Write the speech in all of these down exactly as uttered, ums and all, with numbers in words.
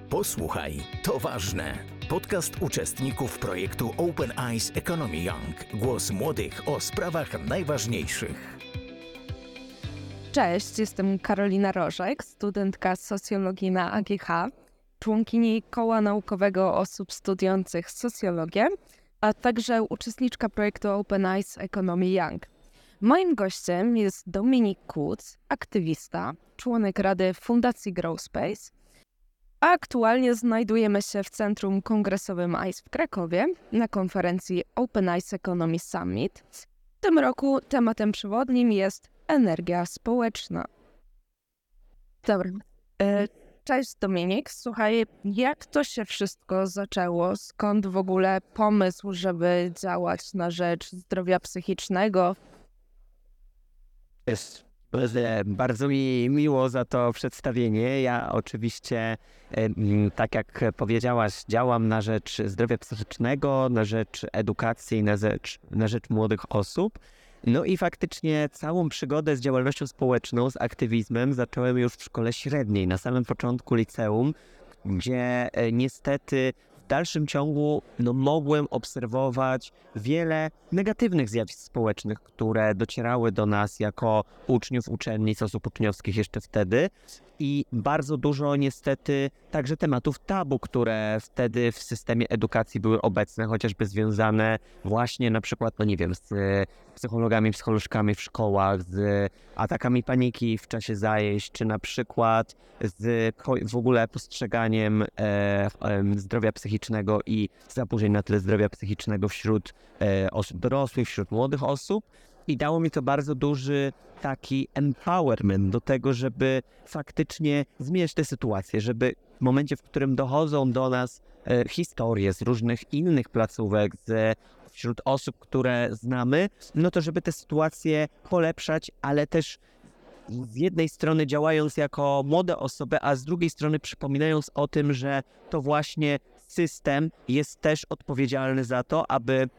Posłuchaj, to ważne. Podcast uczestników projektu Open Eyes Economy Young. Głos młodych o sprawach najważniejszych. Cześć, jestem Karolina Rożek, studentka socjologii na A G H, członkini Koła Naukowego Osób Studiujących Socjologię, a także uczestniczka projektu Open Eyes Economy Young. Moim gościem jest Dominik Kuc, aktywista, członek Rady Fundacji Growspace, a aktualnie znajdujemy się w Centrum Kongresowym Eyes w Krakowie na konferencji Open Eyes Economy Summit. W tym roku tematem przewodnim jest energia społeczna. Dobra. Cześć Dominik. Słuchaj, jak to się wszystko zaczęło? Skąd w ogóle pomysł, żeby działać na rzecz zdrowia psychicznego? Jest bardzo mi miło za to przedstawienie. Ja oczywiście, tak jak powiedziałaś, działam na rzecz zdrowia psychicznego, na rzecz edukacji, na rzecz, na rzecz młodych osób. No i faktycznie całą przygodę z działalnością społeczną, z aktywizmem zacząłem już w szkole średniej, na samym początku liceum, gdzie niestety w dalszym ciągu no, mogłem obserwować wiele negatywnych zjawisk społecznych, które docierały do nas jako uczniów, uczennic, osób uczniowskich jeszcze wtedy. I bardzo dużo niestety także tematów tabu, które wtedy w systemie edukacji były obecne, chociażby związane właśnie na przykład, no nie wiem, z psychologami, psycholożkami w szkołach, z atakami paniki w czasie zajęć, czy na przykład z w ogóle postrzeganiem e, e, zdrowia psychicznego i zaburzeń na tle zdrowia psychicznego wśród e, osób dorosłych, wśród młodych osób. I dało mi to bardzo duży taki empowerment do tego, żeby faktycznie zmieniać tę sytuację, żeby w momencie, w którym dochodzą do nas e, historie z różnych innych placówek, z, wśród osób, które znamy, no to żeby tę sytuację polepszać, ale też z jednej strony działając jako młode osoby, a z drugiej strony przypominając o tym, że to właśnie system jest też odpowiedzialny za to, aby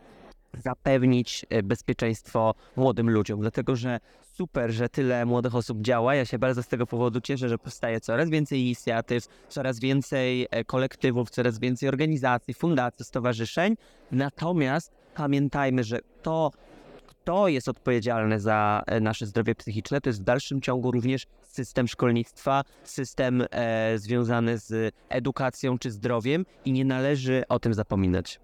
zapewnić bezpieczeństwo młodym ludziom, dlatego że super, że tyle młodych osób działa. Ja się bardzo z tego powodu cieszę, że powstaje coraz więcej inicjatyw, coraz więcej kolektywów, coraz więcej organizacji, fundacji, stowarzyszeń. Natomiast pamiętajmy, że to, kto jest odpowiedzialny za nasze zdrowie psychiczne, to jest w dalszym ciągu również system szkolnictwa, system e, związany z edukacją czy zdrowiem i nie należy o tym zapominać.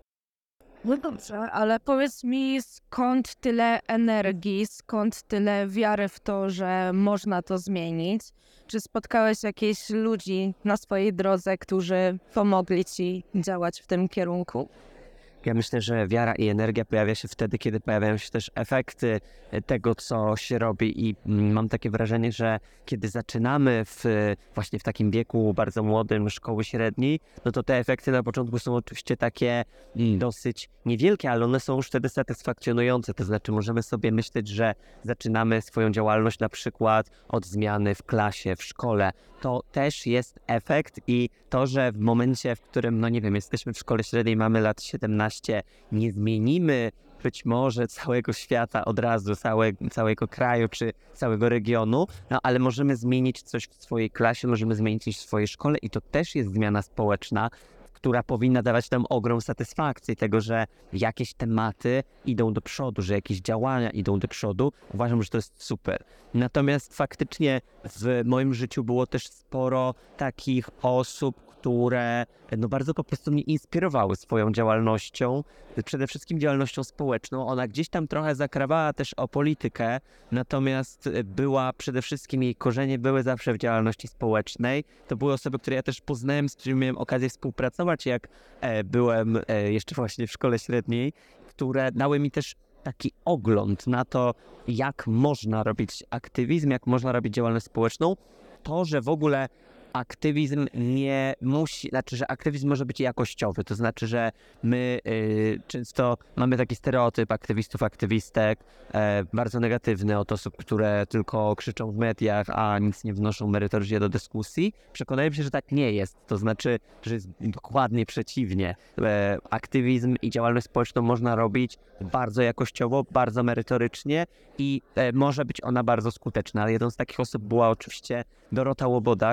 No dobrze, ale powiedz mi, skąd tyle energii, skąd tyle wiary w to, że można to zmienić? Czy spotkałeś jakichś ludzi na swojej drodze, którzy pomogli ci działać w tym kierunku? Ja myślę, że wiara i energia pojawia się wtedy, kiedy pojawiają się też efekty tego, co się robi i mam takie wrażenie, że kiedy zaczynamy w, właśnie w takim wieku bardzo młodym szkoły średniej, no to te efekty na początku są oczywiście takie dosyć niewielkie, ale one są już wtedy satysfakcjonujące, to znaczy możemy sobie myśleć, że zaczynamy swoją działalność na przykład od zmiany w klasie, w szkole. To też jest efekt i to, że w momencie, w którym, no nie wiem, jesteśmy w szkole średniej, mamy lat siedemnaście, nie zmienimy być może całego świata od razu, całe, całego kraju czy całego regionu, no ale możemy zmienić coś w swojej klasie, możemy zmienić coś w swojej szkole i to też jest zmiana społeczna, która powinna dawać nam ogrom satysfakcji tego, że jakieś tematy idą do przodu, że jakieś działania idą do przodu. Uważam, że to jest super. Natomiast faktycznie w moim życiu było też sporo takich osób, które no bardzo po prostu mnie inspirowały swoją działalnością, przede wszystkim działalnością społeczną. Ona gdzieś tam trochę zakrawała też o politykę, natomiast była przede wszystkim, jej korzenie były zawsze w działalności społecznej. To były osoby, które ja też poznałem, z którymi miałem okazję współpracować, jak e, byłem e, jeszcze właśnie w szkole średniej, które dały mi też taki ogląd na to, jak można robić aktywizm, jak można robić działalność społeczną. To, że w ogóle aktywizm nie musi, znaczy, że aktywizm może być jakościowy, to znaczy, że my y, często mamy taki stereotyp aktywistów, aktywistek, e, bardzo negatywny od osób, które tylko krzyczą w mediach, a nic nie wnoszą merytorycznie do dyskusji. Przekonałem się, że tak nie jest, to znaczy, że jest dokładnie przeciwnie. E, aktywizm i działalność społeczną można robić bardzo jakościowo, bardzo merytorycznie i e, może być ona bardzo skuteczna. Ale jedną z takich osób była oczywiście Dorota Łoboda, która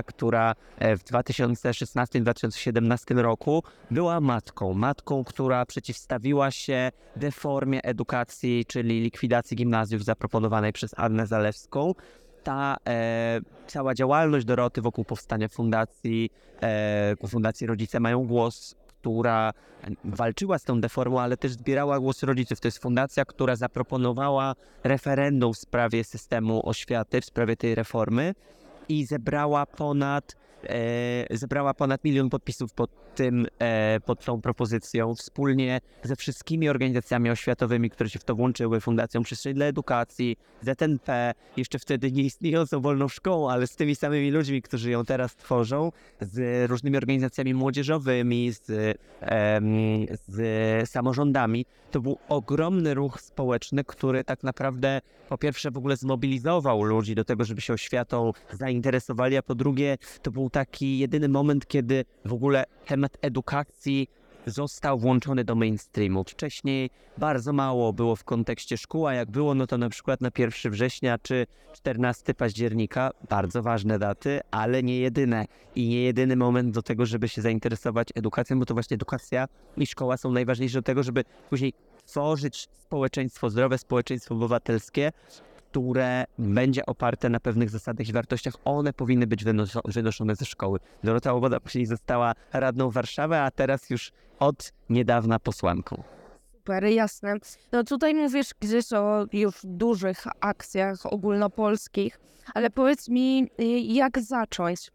która w dwa tysiące szesnastym dwa tysiące siedemnastym roku była matką. Matką, która przeciwstawiła się deformie edukacji, czyli likwidacji gimnazjów zaproponowanej przez Annę Zalewską. Ta e, cała działalność Doroty wokół powstania fundacji, e, fundacji Rodzice Mają Głos, która walczyła z tą deformą, ale też zbierała głos rodziców. To jest fundacja, która zaproponowała referendum w sprawie systemu oświaty, w sprawie tej reformy i zebrała ponad, e, zebrała ponad milion podpisów pod tym, e, pod tą propozycją, wspólnie ze wszystkimi organizacjami oświatowymi, które się w to włączyły, Fundacją Przestrzeń dla Edukacji, Z N P, jeszcze wtedy nie istniejącą Wolną Szkołą, ale z tymi samymi ludźmi, którzy ją teraz tworzą, z różnymi organizacjami młodzieżowymi, z, em, z samorządami. To był ogromny ruch społeczny, który tak naprawdę po pierwsze w ogóle zmobilizował ludzi do tego, żeby się oświatą zainteresowali, a po drugie to był taki jedyny moment, kiedy w ogóle temat edukacji został włączony do mainstreamu. Wcześniej bardzo mało było w kontekście szkół, a jak było, no to na przykład na pierwszego września czy czternastego października, bardzo ważne daty, ale nie jedyne i nie jedyny moment do tego, żeby się zainteresować edukacją, bo to właśnie edukacja i szkoła są najważniejsze do tego, żeby później tworzyć społeczeństwo zdrowe, społeczeństwo obywatelskie, które będzie oparte na pewnych zasadach i wartościach. One powinny być wynoszone, wynoszone ze szkoły. Dorota Łoboda później została radną Warszawy, a teraz już od niedawna posłanką. Super, jasne. No tutaj mówisz gdzieś o już dużych akcjach ogólnopolskich, ale powiedz mi, jak zacząć?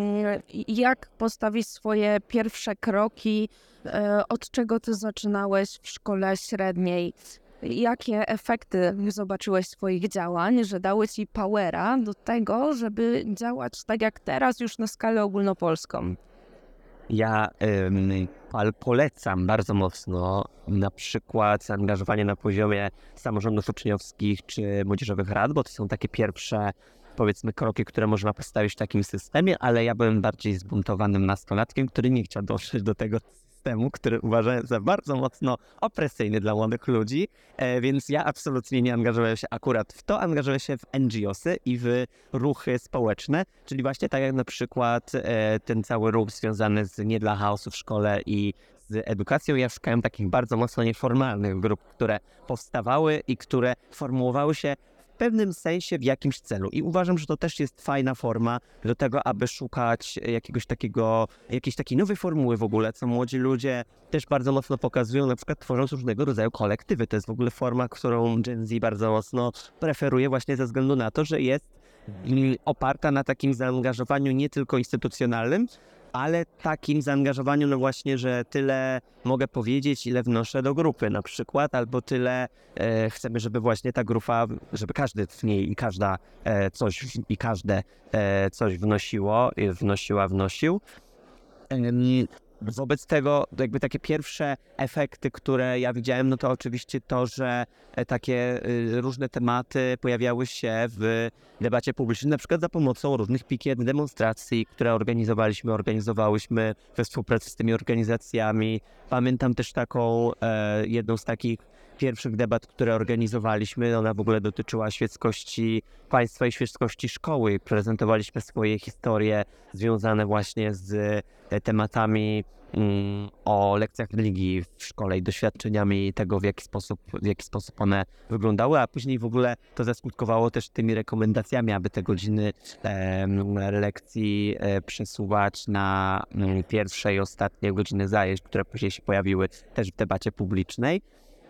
Jak postawić swoje pierwsze kroki? Od czego ty zaczynałeś w szkole średniej? Jakie efekty zobaczyłeś swoich działań, że dały ci powera do tego, żeby działać tak jak teraz już na skalę ogólnopolską? Ja ym, polecam bardzo mocno na przykład zaangażowanie na poziomie samorządów uczniowskich czy młodzieżowych rad, bo to są takie pierwsze, powiedzmy, kroki, które można postawić w takim systemie, ale ja byłem bardziej zbuntowanym nastolatkiem, który nie chciał dotrzeć do tego systemu, który uważałem za bardzo mocno opresyjny dla młodych ludzi, e, więc ja absolutnie nie angażowałem się akurat w to, angażowałem się w N G O sy i w ruchy społeczne, czyli właśnie tak jak na przykład e, ten cały ruch związany z Nie dla chaosu w szkole i z edukacją. Ja szukałem takich bardzo mocno nieformalnych grup, które powstawały i które formułowały się w pewnym sensie w jakimś celu. I uważam, że to też jest fajna forma do tego, aby szukać jakiegoś takiego, jakiejś takiej nowej formuły w ogóle, co młodzi ludzie też bardzo mocno pokazują, na przykład tworząc różnego rodzaju kolektywy. To jest w ogóle forma, którą Gen Z bardzo mocno preferuje właśnie ze względu na to, że jest oparta na takim zaangażowaniu nie tylko instytucjonalnym, ale takim zaangażowaniu, no właśnie, że tyle mogę powiedzieć, ile wnoszę do grupy na przykład, albo tyle e, chcemy, żeby właśnie ta grupa, żeby każdy w niej i każda e, coś i każde e, coś wnosiło, wnosiła, wnosił. E, Wobec tego jakby takie pierwsze efekty, które ja widziałem, no to oczywiście to, że takie różne tematy pojawiały się w debacie publicznej, na przykład za pomocą różnych pikiet, demonstracji, które organizowaliśmy, organizowałyśmy we współpracy z tymi organizacjami. Pamiętam też taką, e, jedną z takich pierwszych debat, które organizowaliśmy, ona w ogóle dotyczyła świeckości państwa i świeckości szkoły. Prezentowaliśmy swoje historie związane właśnie z tematami mm, o lekcjach religii w szkole i doświadczeniami tego, w jaki sposób, w jaki sposób one wyglądały, a później w ogóle to zaskutkowało też tymi rekomendacjami, aby te godziny e, lekcji e, przesuwać na m, pierwsze i ostatnie godziny zajęć, które później się pojawiły też w debacie publicznej.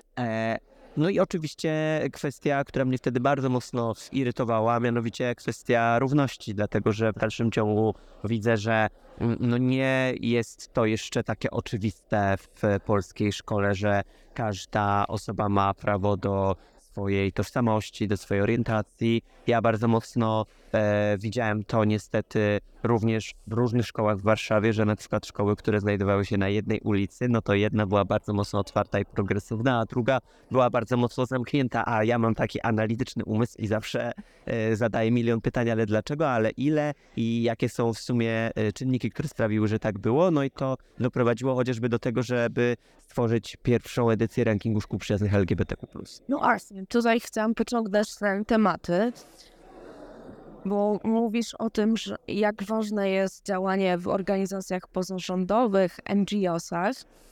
No i oczywiście kwestia, która mnie wtedy bardzo mocno irytowała, mianowicie kwestia równości, dlatego że w dalszym ciągu widzę, że no nie jest to jeszcze takie oczywiste w polskiej szkole, że każda osoba ma prawo do swojej tożsamości, do swojej orientacji. Ja bardzo mocno e, widziałem to niestety również w różnych szkołach w Warszawie, że na przykład szkoły, które znajdowały się na jednej ulicy, no to jedna była bardzo mocno otwarta i progresywna, a druga była bardzo mocno zamknięta, a ja mam taki analityczny umysł i zawsze e, zadaję milion pytań, ale dlaczego, ale ile i jakie są w sumie e, czynniki, które sprawiły, że tak było, no i to doprowadziło chociażby do tego, żeby stworzyć pierwszą edycję rankingu szkół przyjaznych L G B T Q plus. No właśnie, tutaj chciałam pociągnąć te tematy. bo mówisz o tym, że jak ważne jest działanie w organizacjach pozarządowych, N G O sach.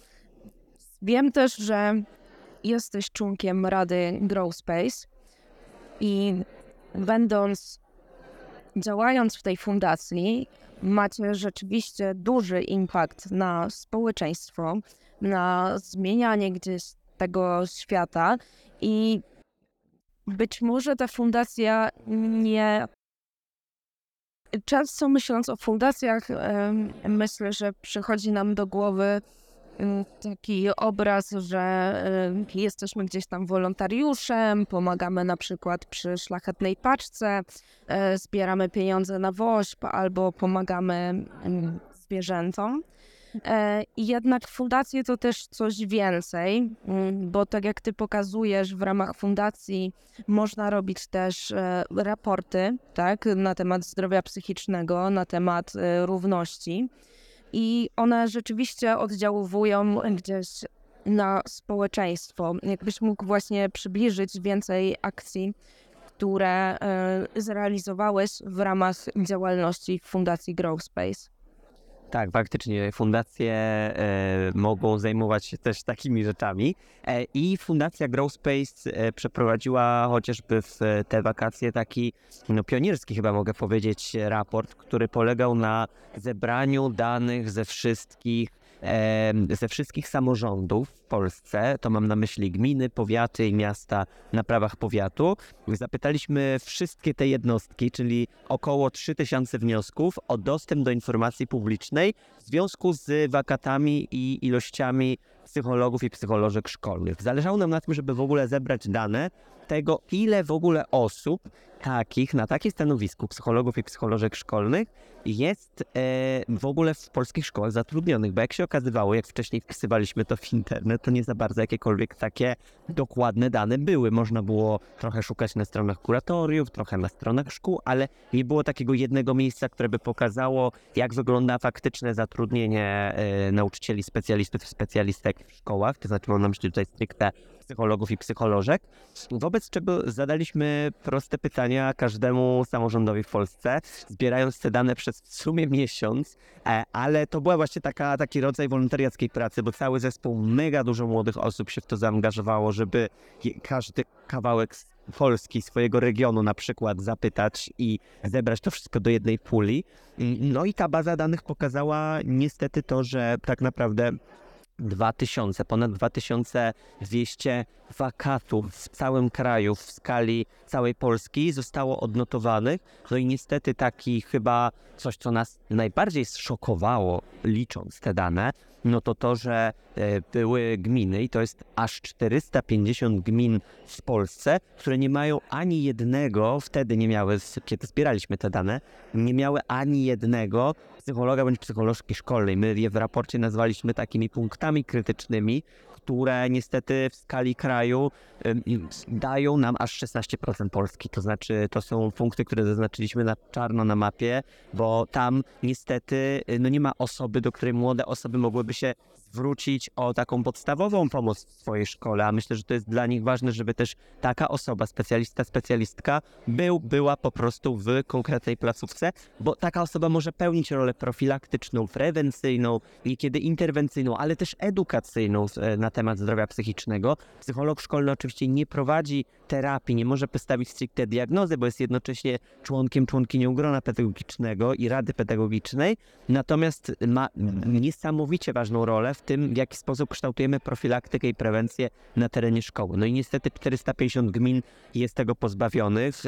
Wiem też, że jesteś członkiem Rady GrowSpace i będąc, działając w tej fundacji, macie rzeczywiście duży impact na społeczeństwo, na zmienianie gdzieś tego świata i być może ta fundacja nie... Często myśląc o fundacjach, em, myślę, że przychodzi nam do głowy em, taki obraz, że em, jesteśmy gdzieś tam wolontariuszem, pomagamy na przykład przy Szlachetnej Paczce, e, zbieramy pieniądze na WOŚP albo pomagamy em, zwierzętom. E, Jednak fundacje to też coś więcej, mm, bo tak jak ty pokazujesz, w ramach fundacji można robić też e, raporty, tak, na temat zdrowia psychicznego, na temat e, równości i one rzeczywiście oddziaływują gdzieś na społeczeństwo. Jakbyś mógł właśnie przybliżyć więcej akcji, które e, zrealizowałeś w ramach działalności Fundacji GrowSpace. Tak, faktycznie fundacje e, mogą zajmować się też takimi rzeczami e, i Fundacja GrowSpace e, przeprowadziła chociażby w te wakacje taki no, pionierski, chyba mogę powiedzieć, raport, który polegał na zebraniu danych ze wszystkich e, ze wszystkich samorządów w Polsce, to mam na myśli gminy, powiaty i miasta na prawach powiatu. Zapytaliśmy wszystkie te jednostki, czyli około trzy tysiące wniosków o dostęp do informacji publicznej w związku z wakatami i ilościami psychologów i psycholożek szkolnych. Zależało nam na tym, żeby w ogóle zebrać dane tego, ile w ogóle osób takich, na takim stanowisku psychologów i psycholożek szkolnych jest e, w ogóle w polskich szkołach zatrudnionych, bo jak się okazywało, jak wcześniej wpisywaliśmy to w internet, to nie za bardzo jakiekolwiek takie dokładne dane były. Można było trochę szukać na stronach kuratoriów, trochę na stronach szkół, ale nie było takiego jednego miejsca, które by pokazało, jak wygląda faktyczne zatrudnienie e, nauczycieli, specjalistów i specjalistek w szkołach, to znaczy mam na myśli tutaj stricte psychologów i psycholożek, wobec czego zadaliśmy proste pytania każdemu samorządowi w Polsce, zbierając te dane przez w sumie miesiąc, ale to była właśnie taka, taki rodzaj wolontariackiej pracy, bo cały zespół, mega dużo młodych osób się w to zaangażowało, żeby każdy kawałek z Polski, swojego regionu na przykład zapytać i zebrać to wszystko do jednej puli. No i ta baza danych pokazała niestety to, że tak naprawdę dwa tysiące, ponad dwa tysiące dwieście wakatów w całym kraju, w skali całej Polski zostało odnotowanych. No i niestety taki chyba coś, co nas najbardziej zszokowało, licząc te dane, no to to, że e, były gminy i to jest aż czterysta pięćdziesiąt gmin w Polsce, które nie mają ani jednego, wtedy nie miały, kiedy zbieraliśmy te dane, nie miały ani jednego psychologa bądź psycholożki szkolnej. My je w raporcie nazwaliśmy takimi punktami krytycznymi, które niestety w skali kraju y, dają nam aż szesnaście procent Polski. To znaczy to są punkty, które zaznaczyliśmy na czarno na mapie, bo tam niestety y, no nie ma osoby, do której młode osoby mogłyby się zwrócić o taką podstawową pomoc w swojej szkole, a myślę, że to jest dla nich ważne, żeby też taka osoba, specjalista, specjalistka był, była po prostu w konkretnej placówce, bo taka osoba może pełnić rolę profilaktyczną, prewencyjną, niekiedy interwencyjną, ale też edukacyjną na temat zdrowia psychicznego. Psycholog szkolny oczywiście nie prowadzi terapii, nie może postawić stricte diagnozy, bo jest jednocześnie członkiem, członkinią grona pedagogicznego i rady pedagogicznej, natomiast ma niesamowicie ważną rolę w tym, w jaki sposób kształtujemy profilaktykę i prewencję na terenie szkoły. No i niestety czterysta pięćdziesiąt gmin jest tego pozbawionych.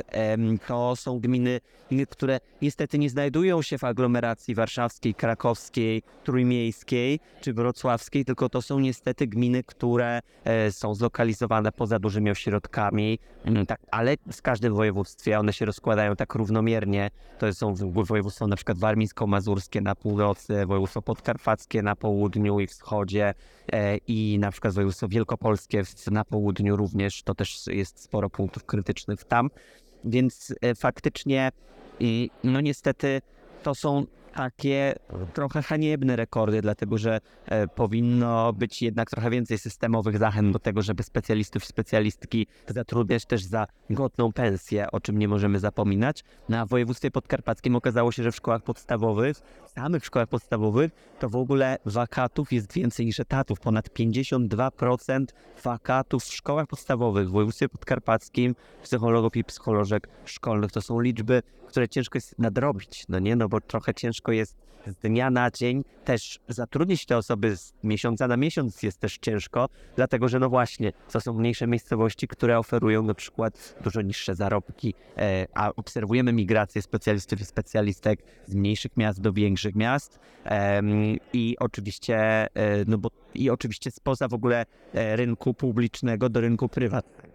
To są gminy, które niestety nie znajdują się w aglomeracji warszawskiej, krakowskiej, trójmiejskiej czy wrocławskiej, tylko to są niestety gminy, które są zlokalizowane poza dużymi ośrodkami, tak, ale w każdym województwie one się rozkładają tak równomiernie. To są województwa na przykład warmińsko-mazurskie na północy, województwo podkarpackie na południu i wschodzie e, i na przykład województwo wielkopolskie w, na południu również, to też jest sporo punktów krytycznych tam, więc e, faktycznie i, no niestety to są takie trochę haniebne rekordy, dlatego że e, powinno być jednak trochę więcej systemowych zachęt do tego, żeby specjalistów i specjalistki zatrudniać też za godną pensję, o czym nie możemy zapominać. Na województwie podkarpackim okazało się, że w szkołach podstawowych, w samych szkołach podstawowych, to w ogóle wakatów jest więcej niż etatów. Ponad pięćdziesiąt dwa procent wakatów w szkołach podstawowych w województwie podkarpackim, psychologów i psycholożek szkolnych. To są liczby, które ciężko jest nadrobić, no nie, no bo trochę ciężko jest z dnia na dzień też zatrudnić te osoby z miesiąca na miesiąc jest też ciężko, dlatego że no właśnie, to są mniejsze miejscowości, które oferują na przykład dużo niższe zarobki, e, a obserwujemy migrację specjalistów i specjalistek z mniejszych miast do większych miast e, i oczywiście, e, no bo i oczywiście spoza w ogóle e, rynku publicznego do rynku prywatnego.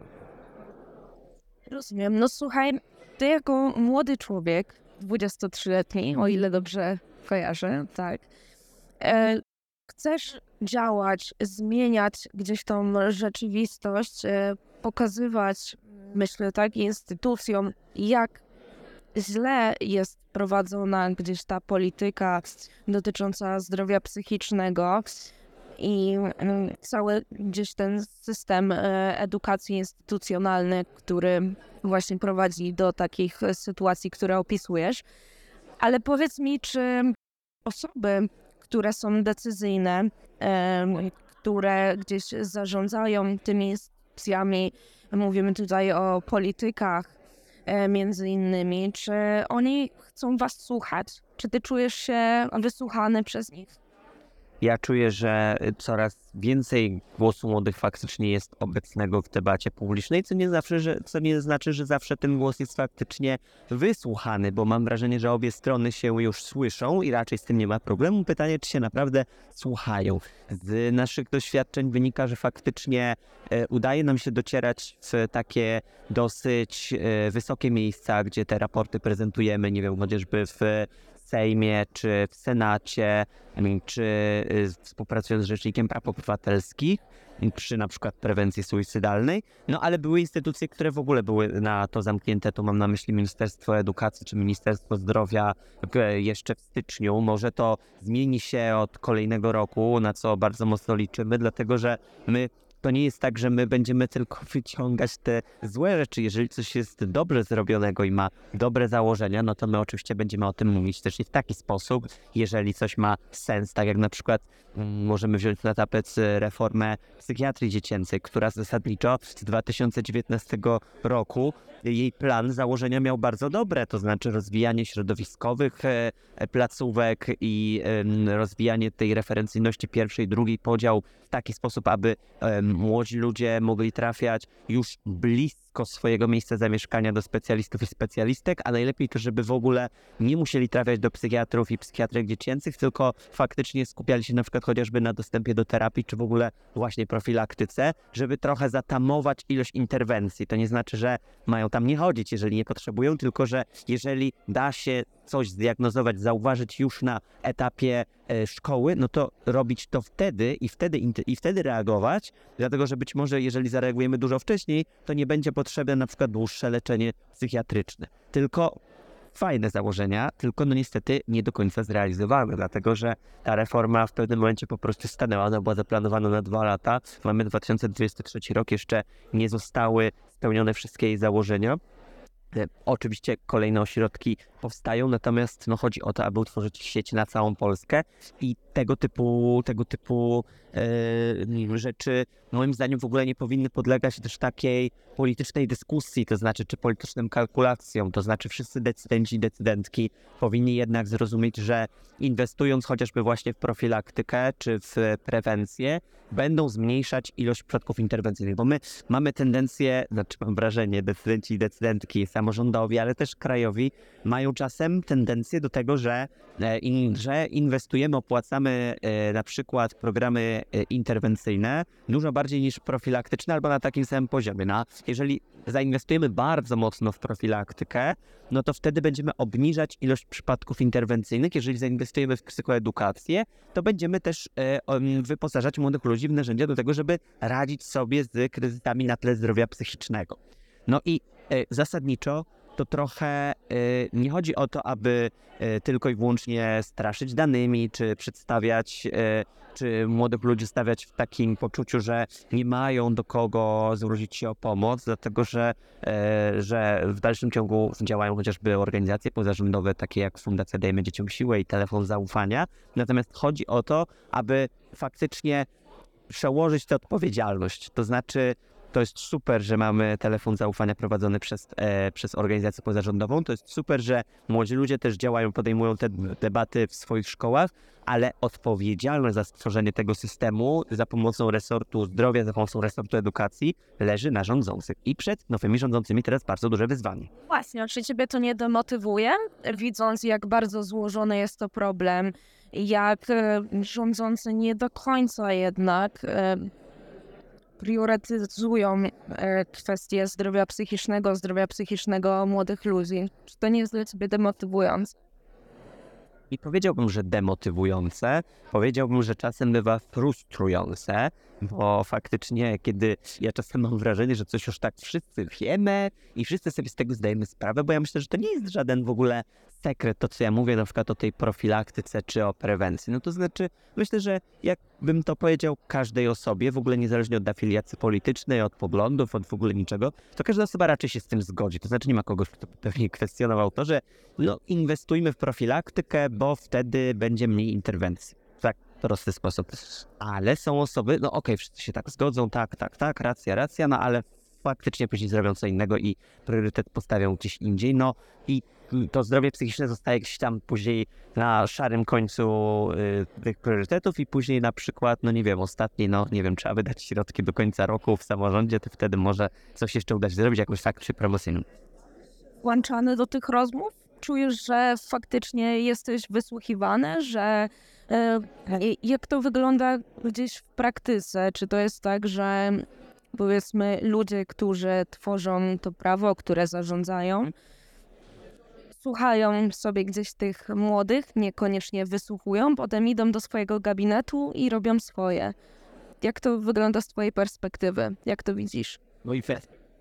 Rozumiem. No słuchaj, ty jako młody człowiek, dwudziestotrzyletni, o ile dobrze kojarzę, tak, e, chcesz działać, zmieniać gdzieś tą rzeczywistość, e, pokazywać, myślę, tak, instytucjom, jak źle jest prowadzona gdzieś ta polityka dotycząca zdrowia psychicznego i mm, cały gdzieś ten system e, edukacji instytucjonalny, który właśnie prowadzi do takich sytuacji, które opisujesz. Ale powiedz mi, czy osoby, które są decyzyjne, em, które gdzieś zarządzają tymi instytucjami, mówimy tutaj o politykach e, między innymi, czy oni chcą was słuchać? Czy ty czujesz się wysłuchany przez nich? Ja czuję, że coraz więcej głosu młodych faktycznie jest obecnego w debacie publicznej, co nie, zawsze, że, co nie znaczy, że zawsze ten głos jest faktycznie wysłuchany, bo mam wrażenie, że obie strony się już słyszą i raczej z tym nie ma problemu. Pytanie, czy się naprawdę słuchają. Z naszych doświadczeń wynika, że faktycznie e, udaje nam się docierać w takie dosyć e, wysokie miejsca, gdzie te raporty prezentujemy, nie wiem, chociażby w Sejmie, czy w Senacie, czy współpracując z Rzecznikiem Praw Obywatelskich, przy na przykład prewencji suicydalnej, no ale były instytucje, które w ogóle były na to zamknięte, tu mam na myśli Ministerstwo Edukacji czy Ministerstwo Zdrowia jeszcze w styczniu. Może to zmieni się od kolejnego roku, na co bardzo mocno liczymy, dlatego że my to nie jest tak, że my będziemy tylko wyciągać te złe rzeczy. Jeżeli coś jest dobrze zrobionego i ma dobre założenia, no to my oczywiście będziemy o tym mówić też i w taki sposób. Jeżeli coś ma sens, tak jak na przykład mm, możemy wziąć na tapet reformę psychiatrii dziecięcej, która zasadniczo z dwa tysiące dziewiętnastego roku jej plan, założenia miał bardzo dobre, to znaczy rozwijanie środowiskowych e, placówek i e, rozwijanie tej referencyjności pierwszej, drugiej, podział w taki sposób, aby e, młodzi ludzie mogli trafiać już blisko swojego miejsca zamieszkania do specjalistów i specjalistek, a najlepiej to, żeby w ogóle nie musieli trafiać do psychiatrów i psychiatrek dziecięcych, tylko faktycznie skupiali się na przykład chociażby na dostępie do terapii, czy w ogóle właśnie profilaktyce, żeby trochę zatamować ilość interwencji. To nie znaczy, że mają tam nie chodzić, jeżeli nie potrzebują, tylko że jeżeli da się coś zdiagnozować, zauważyć już na etapie e, szkoły, no to robić to wtedy i wtedy, i wtedy reagować, dlatego że być może jeżeli zareagujemy dużo wcześniej, to nie będzie potrzebne na przykład dłuższe leczenie psychiatryczne. Tylko fajne założenia, tylko no niestety nie do końca zrealizowane, dlatego że ta reforma w pewnym momencie po prostu stanęła, ona była zaplanowana na dwa lata, mamy dwa tysiące dwudziesty trzeci rok, jeszcze nie zostały spełnione wszystkie jej założenia. Oczywiście kolejne ośrodki powstają, natomiast no, chodzi o to, aby utworzyć sieć na całą Polskę i tego typu, tego typu e, rzeczy moim zdaniem w ogóle nie powinny podlegać też takiej politycznej dyskusji, to znaczy czy politycznym kalkulacjom, to znaczy wszyscy decydenci i decydentki powinni jednak zrozumieć, że inwestując chociażby właśnie w profilaktykę czy w prewencję, będą zmniejszać ilość przypadków interwencyjnych, bo my mamy tendencję, znaczy mam wrażenie, decydenci i decydentki samorządowi, ale też krajowi mają czasem tendencję do tego, że, in, że inwestujemy, opłacamy e, na przykład programy e, interwencyjne dużo bardziej niż profilaktyczne albo na takim samym poziomie. No, jeżeli zainwestujemy bardzo mocno w profilaktykę, no to wtedy będziemy obniżać ilość przypadków interwencyjnych. Jeżeli zainwestujemy w psychoedukację, to będziemy też e, wyposażać młodych ludzi w narzędzia do tego, żeby radzić sobie z kryzysami na tle zdrowia psychicznego. No i e, zasadniczo to trochę y, nie chodzi o to, aby y, tylko i wyłącznie straszyć danymi, czy przedstawiać, y, czy młodych ludzi stawiać w takim poczuciu, że nie mają do kogo zwrócić się o pomoc, dlatego że, y, że w dalszym ciągu działają chociażby organizacje pozarządowe, takie jak Fundacja Dajmy Dzieciom Siłę i Telefon Zaufania. Natomiast chodzi o to, aby faktycznie przełożyć tę odpowiedzialność, to znaczy to jest super, że mamy telefon zaufania prowadzony przez, e, przez organizację pozarządową. To jest super, że młodzi ludzie też działają, podejmują te debaty w swoich szkołach, ale odpowiedzialność za stworzenie tego systemu za pomocą resortu zdrowia, za pomocą resortu edukacji leży na rządzących. I przed nowymi rządzącymi teraz bardzo duże wyzwanie. Właśnie, czy ciebie to nie demotywuje, widząc jak bardzo złożony jest to problem, jak e, rządzący nie do końca jednak e, priorytetyzują e, kwestie zdrowia psychicznego, zdrowia psychicznego młodych ludzi. Czy to nie jest dla ciebie demotywujące? I powiedziałbym, że demotywujące, powiedziałbym, że czasem bywa frustrujące, bo faktycznie, kiedy ja czasem mam wrażenie, że coś już tak wszyscy wiemy i wszyscy sobie z tego zdajemy sprawę, bo ja myślę, że to nie jest żaden w ogóle sekret, to co ja mówię na przykład o tej profilaktyce czy o prewencji. No to znaczy, myślę, że jakbym to powiedział każdej osobie, w ogóle niezależnie od afiliacji politycznej, od poglądów, od w ogóle niczego, to każda osoba raczej się z tym zgodzi. To znaczy nie ma kogoś, kto pewnie kwestionował to, że no, inwestujmy w profilaktykę, bo wtedy będzie mniej interwencji. Tak, w prosty sposób. Ale są osoby, no okej, okay, wszyscy się tak zgodzą, tak, tak, tak, racja, racja, no ale faktycznie później zrobią co innego i priorytet postawią gdzieś indziej, no i to zdrowie psychiczne zostaje gdzieś tam później na szarym końcu y, tych priorytetów i później na przykład, no nie wiem, ostatni, no nie wiem, trzeba wydać środki do końca roku w samorządzie, to wtedy może coś jeszcze uda się zrobić, jakąś akcję promocyjną. Włączany do tych rozmów? Czujesz, że faktycznie jesteś wysłuchiwany, że e, jak to wygląda gdzieś w praktyce? Czy to jest tak, że powiedzmy ludzie, którzy tworzą to prawo, które zarządzają, słuchają sobie gdzieś tych młodych, niekoniecznie wysłuchują, potem idą do swojego gabinetu i robią swoje. Jak to wygląda z twojej perspektywy? Jak to widzisz? No i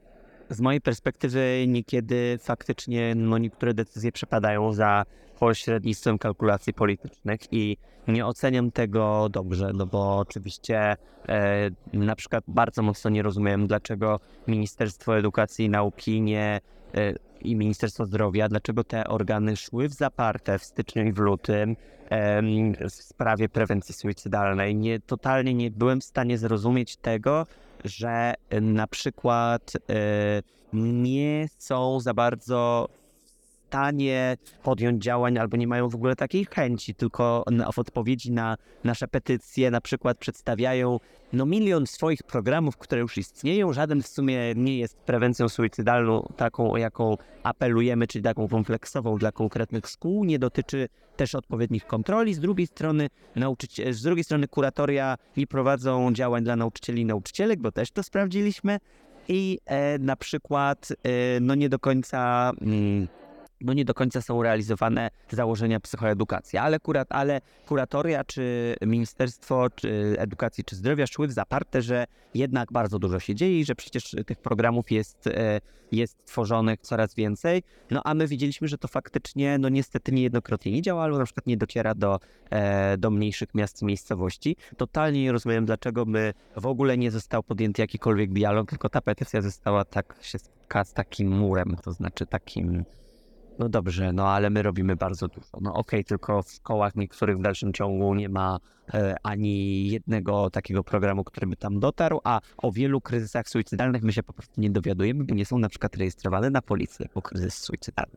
z mojej perspektywy niekiedy faktycznie no, niektóre decyzje przepadają za pośrednictwem kalkulacji politycznych i nie oceniam tego dobrze, no bo oczywiście e, na przykład bardzo mocno nie rozumiem, dlaczego Ministerstwo Edukacji i Nauki nie, e, i Ministerstwo Zdrowia, dlaczego te organy szły w zaparte w styczniu i w lutym e, w sprawie prewencji suicydalnej. Nie, totalnie nie byłem w stanie zrozumieć tego, że na przykład y, nie są za bardzo w stanie podjąć działań albo nie mają w ogóle takiej chęci, tylko w odpowiedzi na nasze petycje na przykład przedstawiają no milion swoich programów, które już istnieją. Żaden w sumie nie jest prewencją suicydalną taką, o jaką apelujemy, czyli taką kompleksową dla konkretnych szkół. Nie dotyczy też odpowiednich kontroli. Z drugiej strony nauczyciel, z drugiej strony kuratoria nie prowadzą działań dla nauczycieli i nauczycielek, bo też to sprawdziliśmy. I e, na przykład e, no nie do końca... Mm, no nie do końca są realizowane założenia psychoedukacji, ale, kurat, ale kuratoria, czy Ministerstwo czy Edukacji, czy Zdrowia szły w zaparte, że jednak bardzo dużo się dzieje i że przecież tych programów jest, jest tworzonych coraz więcej, no a my widzieliśmy, że to faktycznie, no niestety niejednokrotnie nie działa, albo na przykład nie dociera do, do mniejszych miast i miejscowości. Totalnie nie rozumiem, dlaczego my w ogóle nie został podjęty jakikolwiek dialog, tylko ta petycja została tak, się spotkała z takim murem, to znaczy takim... No dobrze, no ale my robimy bardzo dużo. No okej, okay, tylko w szkołach niektórych w dalszym ciągu nie ma e, ani jednego takiego programu, który by tam dotarł, a o wielu kryzysach suicydalnych my się po prostu nie dowiadujemy, bo nie są na przykład rejestrowane na policji jako kryzys suicydalny.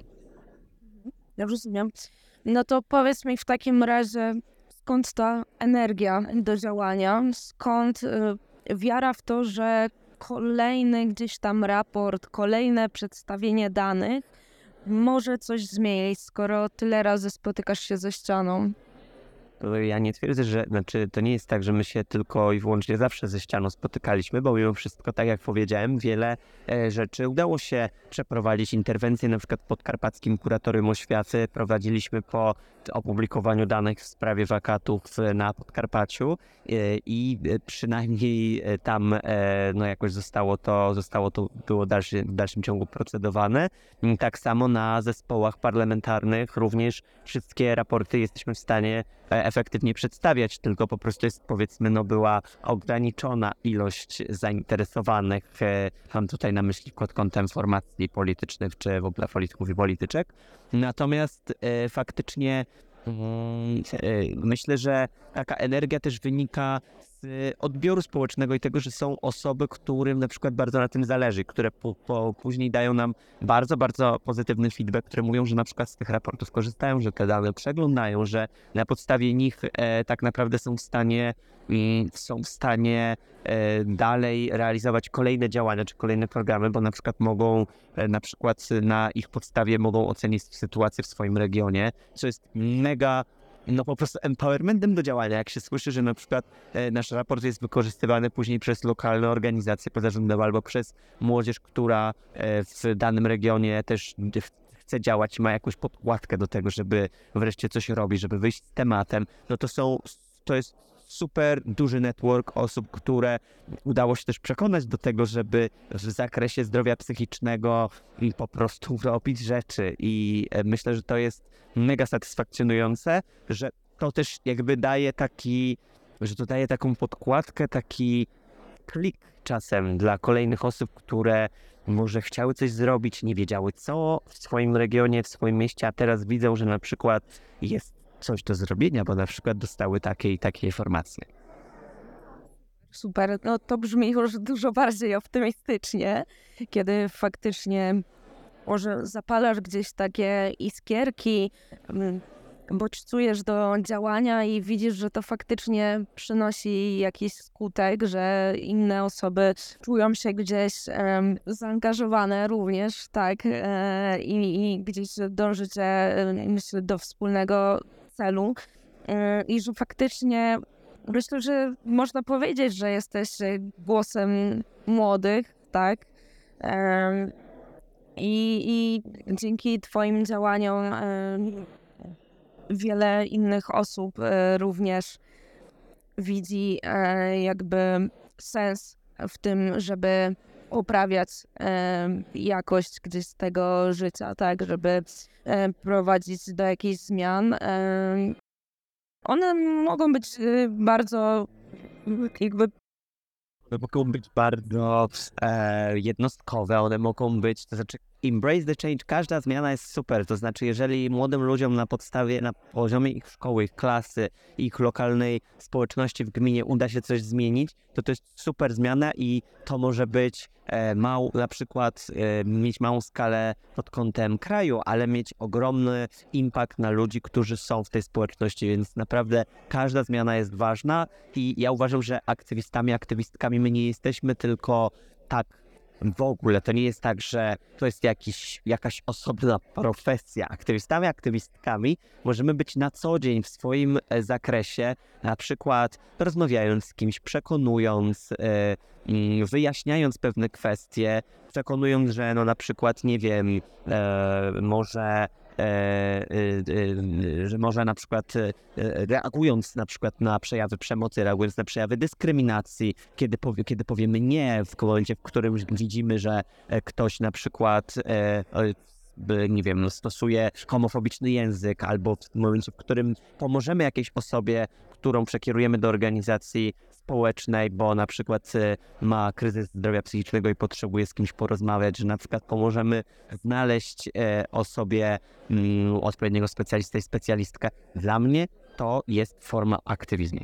Ja rozumiem. No to powiedz mi w takim razie, skąd ta energia do działania, skąd y, wiara w to, że kolejny gdzieś tam raport, kolejne przedstawienie danych może coś zmienić, skoro tyle razy spotykasz się ze ścianą? to ja nie twierdzę, że znaczy to nie jest tak, że my się tylko i wyłącznie zawsze ze ścianą spotykaliśmy, bo mimo wszystko, tak jak powiedziałem, wiele e, rzeczy udało się przeprowadzić. Interwencje na przykład w podkarpackim kuratorium oświaty prowadziliśmy po opublikowaniu danych w sprawie wakatów na Podkarpaciu e, i przynajmniej tam e, no jakoś zostało to, zostało to było dalszy, w dalszym ciągu procedowane. Tak samo na zespołach parlamentarnych również wszystkie raporty jesteśmy w stanie efektywnie przedstawiać, tylko po prostu jest, powiedzmy, no była ograniczona ilość zainteresowanych, mam tutaj na myśli pod kątem formacji politycznych, czy w ogóle polityków i polityczek. Natomiast e, faktycznie e, myślę, że taka energia też wynika z odbioru społecznego i tego, że są osoby, którym na przykład bardzo na tym zależy, które po, po, później dają nam bardzo, bardzo pozytywny feedback, które mówią, że na przykład z tych raportów korzystają, że te dane przeglądają, że na podstawie nich e, tak naprawdę są w stanie, mm, są w stanie e, dalej realizować kolejne działania czy kolejne programy, bo na przykład mogą, e, na przykład na ich podstawie mogą ocenić sytuację w swoim regionie, co jest mega no po prostu empowermentem do działania. Jak się słyszy, że na przykład e, nasz raport jest wykorzystywany później przez lokalne organizacje pozarządowe albo przez młodzież, która e, w danym regionie też chce działać i ma jakąś podkładkę do tego, żeby wreszcie coś robić, żeby wyjść z tematem, no to są, to jest super duży network osób, które udało się też przekonać do tego, żeby w zakresie zdrowia psychicznego po prostu robić rzeczy i myślę, że to jest mega satysfakcjonujące, że to też jakby daje taki, że to daje taką podkładkę, taki klik czasem dla kolejnych osób, które może chciały coś zrobić, nie wiedziały co w swoim regionie, w swoim mieście, a teraz widzą, że na przykład jest coś do zrobienia, bo na przykład dostały takie i takie informacje. Super, no to brzmi już dużo bardziej optymistycznie, kiedy faktycznie może zapalasz gdzieś takie iskierki, bodźcujesz do działania i widzisz, że to faktycznie przynosi jakiś skutek, że inne osoby czują się gdzieś um, zaangażowane również, tak, e, i, i gdzieś dążycie, myślę, do wspólnego celu e, i że faktycznie myślę, że można powiedzieć, że jesteś głosem młodych, tak, e, i, i dzięki twoim działaniom e, wiele innych osób e, również widzi e, jakby sens w tym, żeby poprawiać e, jakość gdzieś tego życia, tak, żeby e, prowadzić do jakichś zmian. E, one mogą być e, bardzo jakby One mogą być bardzo e, jednostkowe, one mogą być, to znaczy embrace the change, każda zmiana jest super, to znaczy jeżeli młodym ludziom na podstawie, na poziomie ich szkoły, ich klasy, ich lokalnej społeczności w gminie uda się coś zmienić, to to jest super zmiana i to może być e, mał, na przykład e, mieć małą skalę pod kątem kraju, ale mieć ogromny impact na ludzi, którzy są w tej społeczności, więc naprawdę każda zmiana jest ważna i ja uważam, że aktywistami, aktywistkami my nie jesteśmy tylko tak w ogóle. To nie jest tak, że to jest jakiś, jakaś osobna profesja. Aktywistami, aktywistkami możemy być na co dzień w swoim e, zakresie, na przykład rozmawiając z kimś, przekonując, e, wyjaśniając pewne kwestie, przekonując, że no na przykład, nie wiem, e, może E, e, e, że może na przykład e, reagując na przykład na przejawy przemocy, reagując na przejawy dyskryminacji, kiedy, powie, kiedy powiemy nie w momencie, w którym widzimy, że ktoś na przykład e, nie wiem, stosuje homofobiczny język, albo w momencie, w którym pomożemy jakiejś osobie, którą przekierujemy do organizacji społecznej, bo na przykład ma kryzys zdrowia psychicznego i potrzebuje z kimś porozmawiać, że na przykład pomożemy znaleźć osobie mm, odpowiedniego specjalistę i specjalistkę. Dla mnie to jest forma aktywizmu.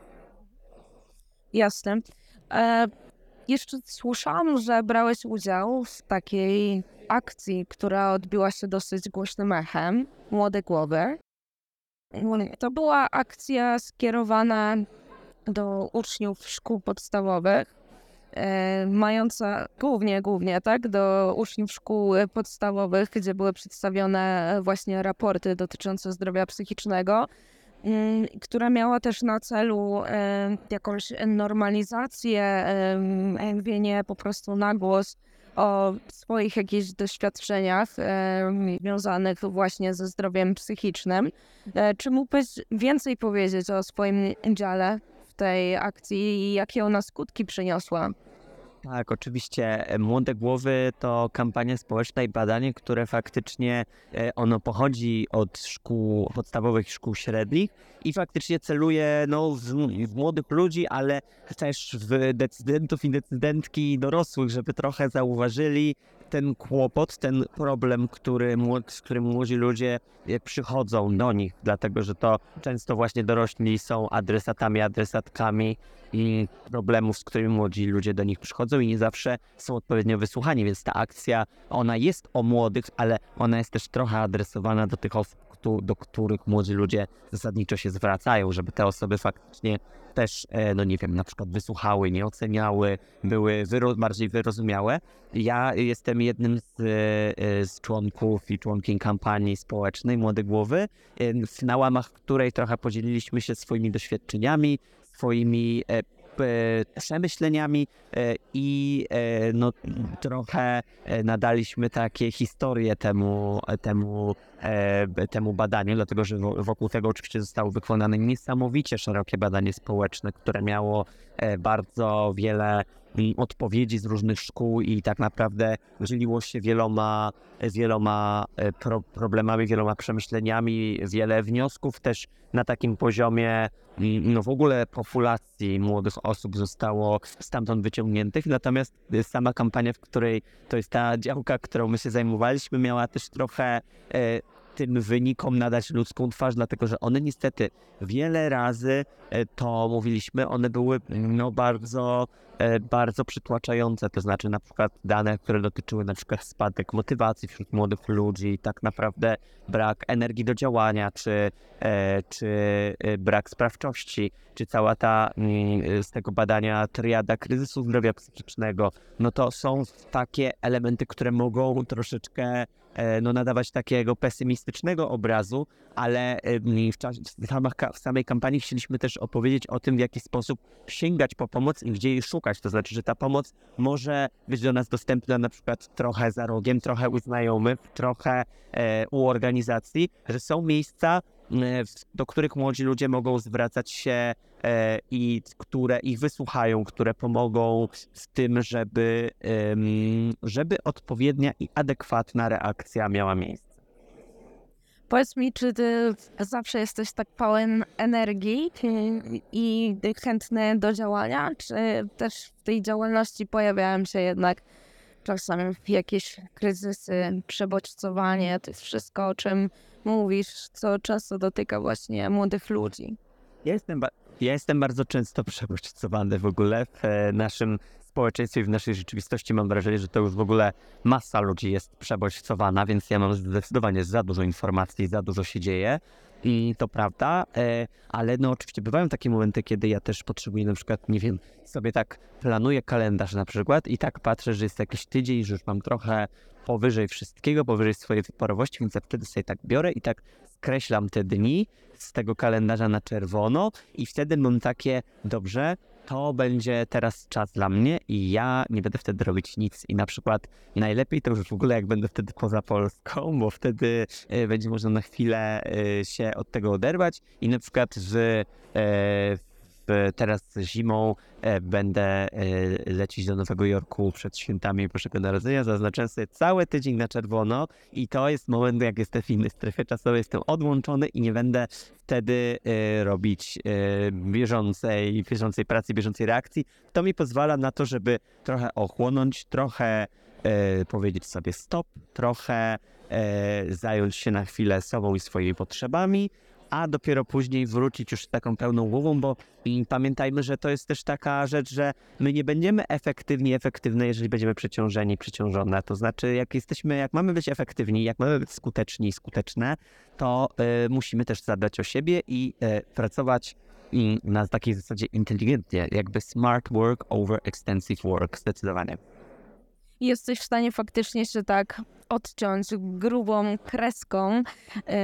Jasne. E, jeszcze słyszałam, że brałeś udział w takiej akcji, która odbiła się dosyć głośnym echem, Młode Głowy. To była akcja skierowana do uczniów szkół podstawowych, e, mająca głównie, głównie, tak, do uczniów szkół podstawowych, gdzie były przedstawione właśnie raporty dotyczące zdrowia psychicznego. mm, która miała też na celu e, jakąś normalizację, e, mówienie po prostu na głos o swoich jakichś doświadczeniach e, związanych właśnie ze zdrowiem psychicznym. E, czy mógłbyś więcej powiedzieć o swoim dziale w tej akcji i jakie ona skutki przyniosła? Tak, oczywiście. e, Młode Głowy to kampania społeczna i badanie, które faktycznie e, ono pochodzi od szkół podstawowych i szkół średnich i faktycznie celuje no, w, w młodych ludzi, ale też w decydentów i decydentki dorosłych, żeby trochę zauważyli ten kłopot, ten problem, który, młod- z którym młodzi ludzie e, przychodzą do nich, dlatego że to często właśnie dorośli są adresatami, adresatkami i problemów, z którymi młodzi ludzie do nich przychodzą i nie zawsze są odpowiednio wysłuchani, więc ta akcja, ona jest o młodych, ale ona jest też trochę adresowana do tych osób, któ- do których młodzi ludzie zasadniczo się zwracają, żeby te osoby faktycznie też, e, no nie wiem, na przykład wysłuchały, nie oceniały, były wyro- bardziej wyrozumiałe. Ja jestem jednym z, e, z członków i członkiń kampanii społecznej Młode Głowy, e, na łamach której trochę podzieliliśmy się swoimi doświadczeniami, swoimi e, p- przemyśleniami e, i e, no, trochę e, nadaliśmy takie historie temu, temu, e, temu badaniu, dlatego że wo- wokół tego oczywiście zostało wykonane niesamowicie szerokie badanie społeczne, które miało e, bardzo wiele mm, odpowiedzi z różnych szkół i tak naprawdę dzieliło się wieloma, wieloma e, pro, problemami, wieloma przemyśleniami, wiele wniosków też na takim poziomie mm, no w ogóle populacji młodych osób zostało stamtąd wyciągniętych, natomiast y, sama kampania, w której to jest ta działka, którą my się zajmowaliśmy, miała też trochę e, tym wynikom nadać ludzką twarz, dlatego że one niestety wiele razy, e, to mówiliśmy, one były no bardzo, e, bardzo przytłaczające, to znaczy na przykład dane, które dotyczyły na przykład spadek motywacji wśród młodych ludzi, tak naprawdę brak energii do działania, czy, e, czy e, brak sprawczości, czy cała ta mm, z tego badania triada kryzysu zdrowia psychicznego, no to są takie elementy, które mogą troszeczkę e, no, nadawać takiego pesymistycznego obrazu, ale e, w, czasie, w, samach, w samej kampanii chcieliśmy też opowiedzieć o tym, w jaki sposób sięgać po pomoc i gdzie jej szukać. To znaczy, że ta pomoc może być do nas dostępna na przykład trochę za rogiem, trochę u znajomych, trochę e, u organizacji, że są miejsca, e, w- do których młodzi ludzie mogą zwracać się e, i które ich wysłuchają, które pomogą w tym, żeby, em, żeby odpowiednia i adekwatna reakcja miała miejsce. Powiedz mi, czy ty zawsze jesteś tak pełen energii i i chętny do działania, czy też w tej działalności pojawiają się jednak czasem jakieś kryzysy, przebodźcowanie, to jest wszystko, o czym mówisz, co często dotyka właśnie młodych ludzi? Ja jestem, ba- ja jestem bardzo często przebodźcowany w ogóle w e, naszym społeczeństwie, w naszej rzeczywistości. Mam wrażenie, że to już w ogóle masa ludzi jest przebodźcowana, więc ja mam zdecydowanie za dużo informacji, za dużo się dzieje i to prawda, e, ale no oczywiście bywają takie momenty, kiedy ja też potrzebuję na przykład, nie wiem, sobie tak planuję kalendarz na przykład i tak patrzę, że jest jakiś tydzień, że już mam trochę powyżej wszystkiego, powyżej swojej wyporowości, więc ja wtedy sobie tak biorę i tak skreślam te dni z tego kalendarza na czerwono i wtedy mam takie, dobrze, to będzie teraz czas dla mnie i ja nie będę wtedy robić nic. I na przykład najlepiej to już w ogóle jak będę wtedy poza Polską, bo wtedy e, będzie można na chwilę e, się od tego oderwać i na przykład w, e, w teraz zimą e, będę e, lecieć do Nowego Jorku przed świętami Bożego Narodzenia. Zaznaczę sobie cały tydzień na czerwono i to jest moment, jak jestem w innej strefie czasowej, jestem odłączony i nie będę wtedy e, robić e, bieżącej, bieżącej pracy, bieżącej reakcji. To mi pozwala na to, żeby trochę ochłonąć, trochę e, powiedzieć sobie stop, trochę e, zająć się na chwilę sobą i swoimi potrzebami, a dopiero później wrócić już z taką pełną głową, bo i pamiętajmy, że to jest też taka rzecz, że my nie będziemy efektywni, efektywne, jeżeli będziemy przeciążeni, przeciążone. To znaczy, jak jesteśmy, jak mamy być efektywni, jak mamy być skuteczni i skuteczne, to y, musimy też zadbać o siebie i y, pracować y, na takiej zasadzie inteligentnie, jakby smart work over extensive work, zdecydowanie. jesteś w stanie faktycznie się tak odciąć grubą kreską y,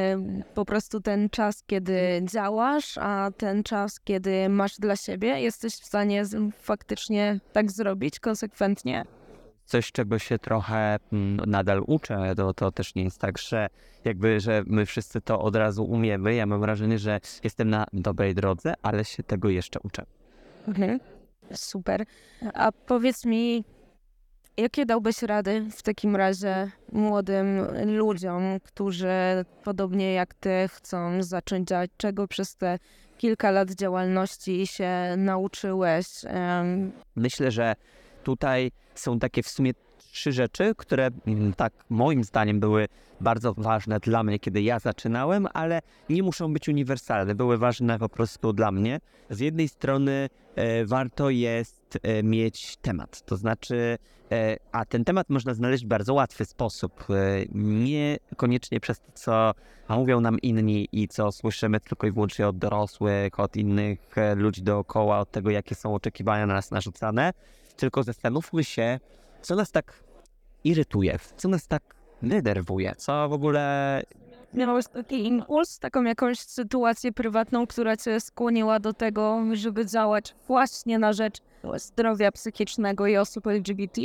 po prostu ten czas, kiedy działasz, a ten czas, kiedy masz dla siebie, jesteś w stanie z, faktycznie tak zrobić konsekwentnie? Coś, czego się trochę mm, nadal uczę, to, to też nie jest tak, że jakby, że my wszyscy to od razu umiemy. Ja mam wrażenie, że jestem na dobrej drodze, ale się tego jeszcze uczę. Mhm. Super. A powiedz mi, jakie dałbyś rady w takim razie młodym ludziom, którzy podobnie jak ty chcą zacząć działać, czego przez te kilka lat działalności się nauczyłeś? Em, Myślę, że tutaj są takie w sumie trzy rzeczy, które mm, tak moim zdaniem były bardzo ważne dla mnie, kiedy ja zaczynałem, ale nie muszą być uniwersalne, były ważne po prostu dla mnie. Z jednej strony e, warto jest e, mieć temat, to znaczy, e, a ten temat można znaleźć w bardzo łatwy sposób, e, nie koniecznie przez to, co mówią nam inni i co słyszymy tylko i wyłącznie od dorosłych, od innych e, ludzi dookoła, od tego, jakie są oczekiwania na nas narzucane, tylko zastanówmy się, co nas tak irytuje, co nas tak denerwuje, co w ogóle... Miałeś taki impuls, taką jakąś sytuację prywatną, która cię skłoniła do tego, żeby działać właśnie na rzecz zdrowia psychicznego i osób L G B T?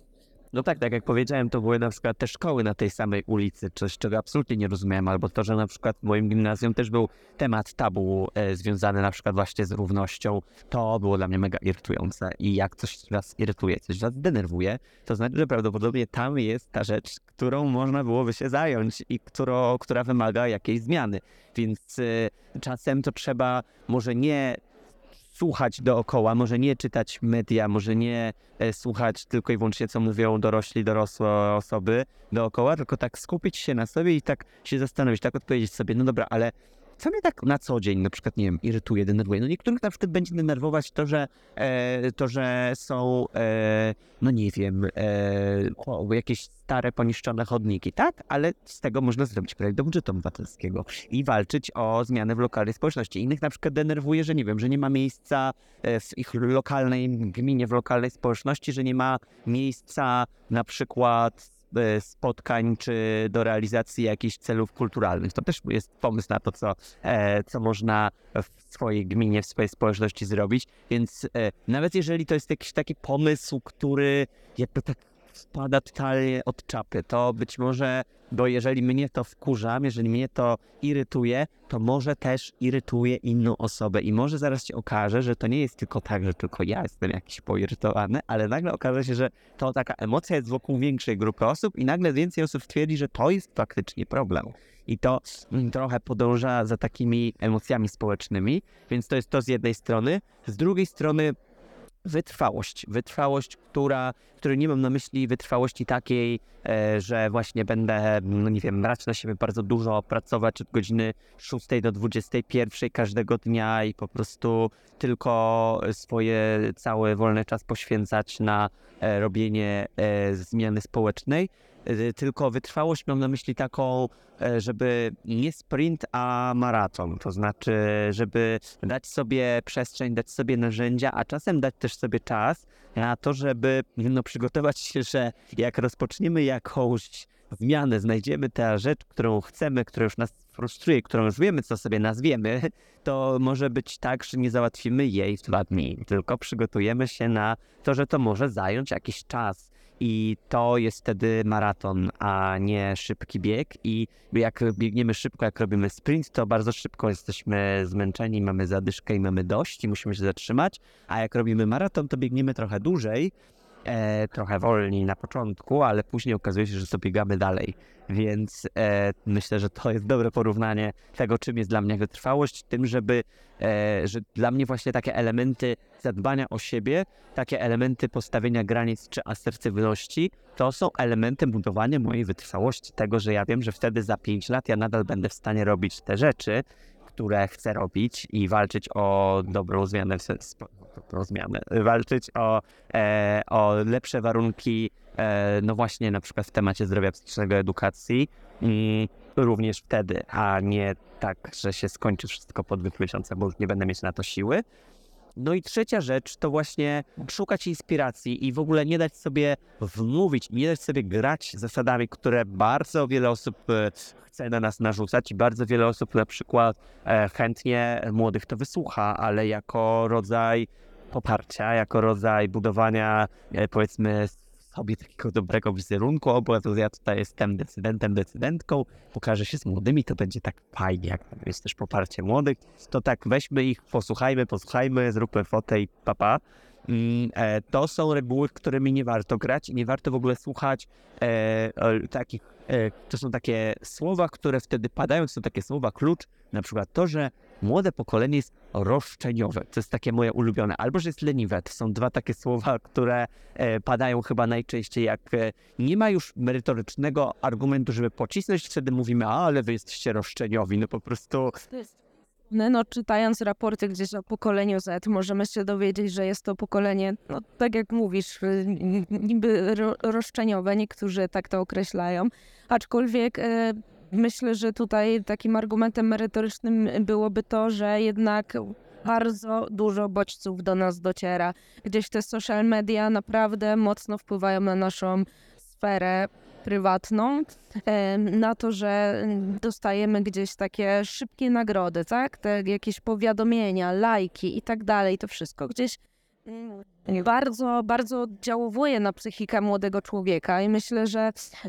No tak, tak jak powiedziałem, to były na przykład te szkoły na tej samej ulicy, coś czego absolutnie nie rozumiałem, albo to, że na przykład w moim gimnazjum też był temat tabu e, związany na przykład właśnie z równością. To było dla mnie mega irytujące i jak coś was irytuje, coś was denerwuje, to znaczy, że prawdopodobnie tam jest ta rzecz, którą można byłoby się zająć i którą, która wymaga jakiejś zmiany, więc e, czasem to trzeba może nie słuchać dookoła, może nie czytać media, może nie e, słuchać tylko i wyłącznie, co mówią dorośli, dorosłe osoby dookoła, tylko tak skupić się na sobie i tak się zastanowić, tak odpowiedzieć sobie, no dobra, ale co mnie tak na co dzień, na przykład, nie wiem, irytuje, denerwuje? No niektórych na przykład będzie denerwować to, że, e, to, że są, e, no nie wiem, e, o, jakieś stare, poniszczone chodniki, tak? Ale z tego można zrobić projekt do budżetu obywatelskiego i walczyć o zmianę w lokalnej społeczności. Innych na przykład denerwuje, że nie wiem, że nie ma miejsca e, w ich lokalnej gminie, w lokalnej społeczności, że nie ma miejsca na przykład spotkań czy do realizacji jakichś celów kulturalnych. To też jest pomysł na to, co, e, co można w swojej gminie, w swojej społeczności zrobić. Więc e, nawet jeżeli to jest jakiś taki pomysł, który jakby tak spada totalnie od czapy, to być może, bo jeżeli mnie to wkurza, jeżeli mnie to irytuje, to może też irytuje inną osobę i może zaraz się okaże, że to nie jest tylko tak, że tylko ja jestem jakiś poirytowany, ale nagle okaże się, że to taka emocja jest wokół większej grupy osób i nagle więcej osób twierdzi, że to jest faktycznie problem. I to mm, trochę podąża za takimi emocjami społecznymi, więc to jest to z jednej strony. Z drugiej strony wytrwałość. Wytrwałość, która, której nie mam na myśli wytrwałości takiej, e, że właśnie będę, no nie wiem, brać na siebie bardzo dużo, pracować od godziny szóstej do dwudziestej pierwszej każdego dnia i po prostu tylko swoje cały wolny czas poświęcać na e, robienie e, zmiany społecznej. E, tylko wytrwałość mam na myśli taką, e, żeby nie sprint, a maraton. To znaczy, żeby dać sobie przestrzeń, dać sobie narzędzia, a czasem dać też sobie czas na to, żeby no, przygotować się, że jak rozpoczniemy jakąś zmianę, znajdziemy tę rzecz, którą chcemy, która już nas frustruje, którą już wiemy, co sobie nazwiemy, to może być tak, że nie załatwimy jej w dwa dni, tylko przygotujemy się na to, że to może zająć jakiś czas. I to jest wtedy maraton, a nie szybki bieg. I jak biegniemy szybko, jak robimy sprint, to bardzo szybko jesteśmy zmęczeni, mamy zadyszkę i mamy dość i musimy się zatrzymać. A jak robimy maraton, to biegniemy trochę dłużej, e, trochę wolniej na początku, ale później okazuje się, że to biegamy dalej. Więc e, myślę, że to jest dobre porównanie tego, czym jest dla mnie wytrwałość, tym, żeby, e, że dla mnie właśnie takie elementy zadbania o siebie, takie elementy postawienia granic czy asertywności, to są elementy budowania mojej wytrwałości, tego, że ja wiem, że wtedy za pięć lat ja nadal będę w stanie robić te rzeczy, które chcę robić i walczyć o dobrą zmianę, dobrą zmianę walczyć o, e, o lepsze warunki, e, no właśnie na przykład w temacie zdrowia psychicznego, edukacji, i również wtedy, a nie tak, że się skończy wszystko po dwóch miesiącach, bo już nie będę mieć na to siły. No i trzecia rzecz to właśnie szukać inspiracji i w ogóle nie dać sobie wmówić, nie dać sobie grać zasadami, które bardzo wiele osób e, chce na nas narzucać i bardzo wiele osób na przykład e, chętnie młodych to wysłucha, ale jako rodzaj poparcia, jako rodzaj budowania e, powiedzmy sobie takiego dobrego wizerunku, o, bo ja tutaj jestem decydentem, decydentką, pokażę się z młodymi, to będzie tak fajnie, jak jest też poparcie młodych, to tak weźmy ich, posłuchajmy, posłuchajmy, zróbmy fotę i papa. Mm, e, to są reguły, którymi nie warto grać i nie warto w ogóle słuchać e, e, takich, e, to są takie słowa, które wtedy padają, to są takie słowa klucz, na przykład to, że młode pokolenie jest roszczeniowe. To jest takie moje ulubione. Albo, że jest leniwe. To są dwa takie słowa, które e, padają chyba najczęściej, jak e, nie ma już merytorycznego argumentu, żeby pocisnąć, wtedy mówimy, a, ale wy jesteście roszczeniowi. No po prostu... No, no, czytając raporty gdzieś o pokoleniu Z, możemy się dowiedzieć, że jest to pokolenie, no tak jak mówisz, niby ro, roszczeniowe, niektórzy tak to określają, aczkolwiek e, myślę, że tutaj takim argumentem merytorycznym byłoby to, że jednak bardzo dużo bodźców do nas dociera. Gdzieś te social media naprawdę mocno wpływają na naszą sferę prywatną, na to, że dostajemy gdzieś takie szybkie nagrody, tak? Te jakieś powiadomienia, lajki i tak dalej. To wszystko gdzieś bardzo, bardzo oddziałuje na psychikę młodego człowieka i myślę, że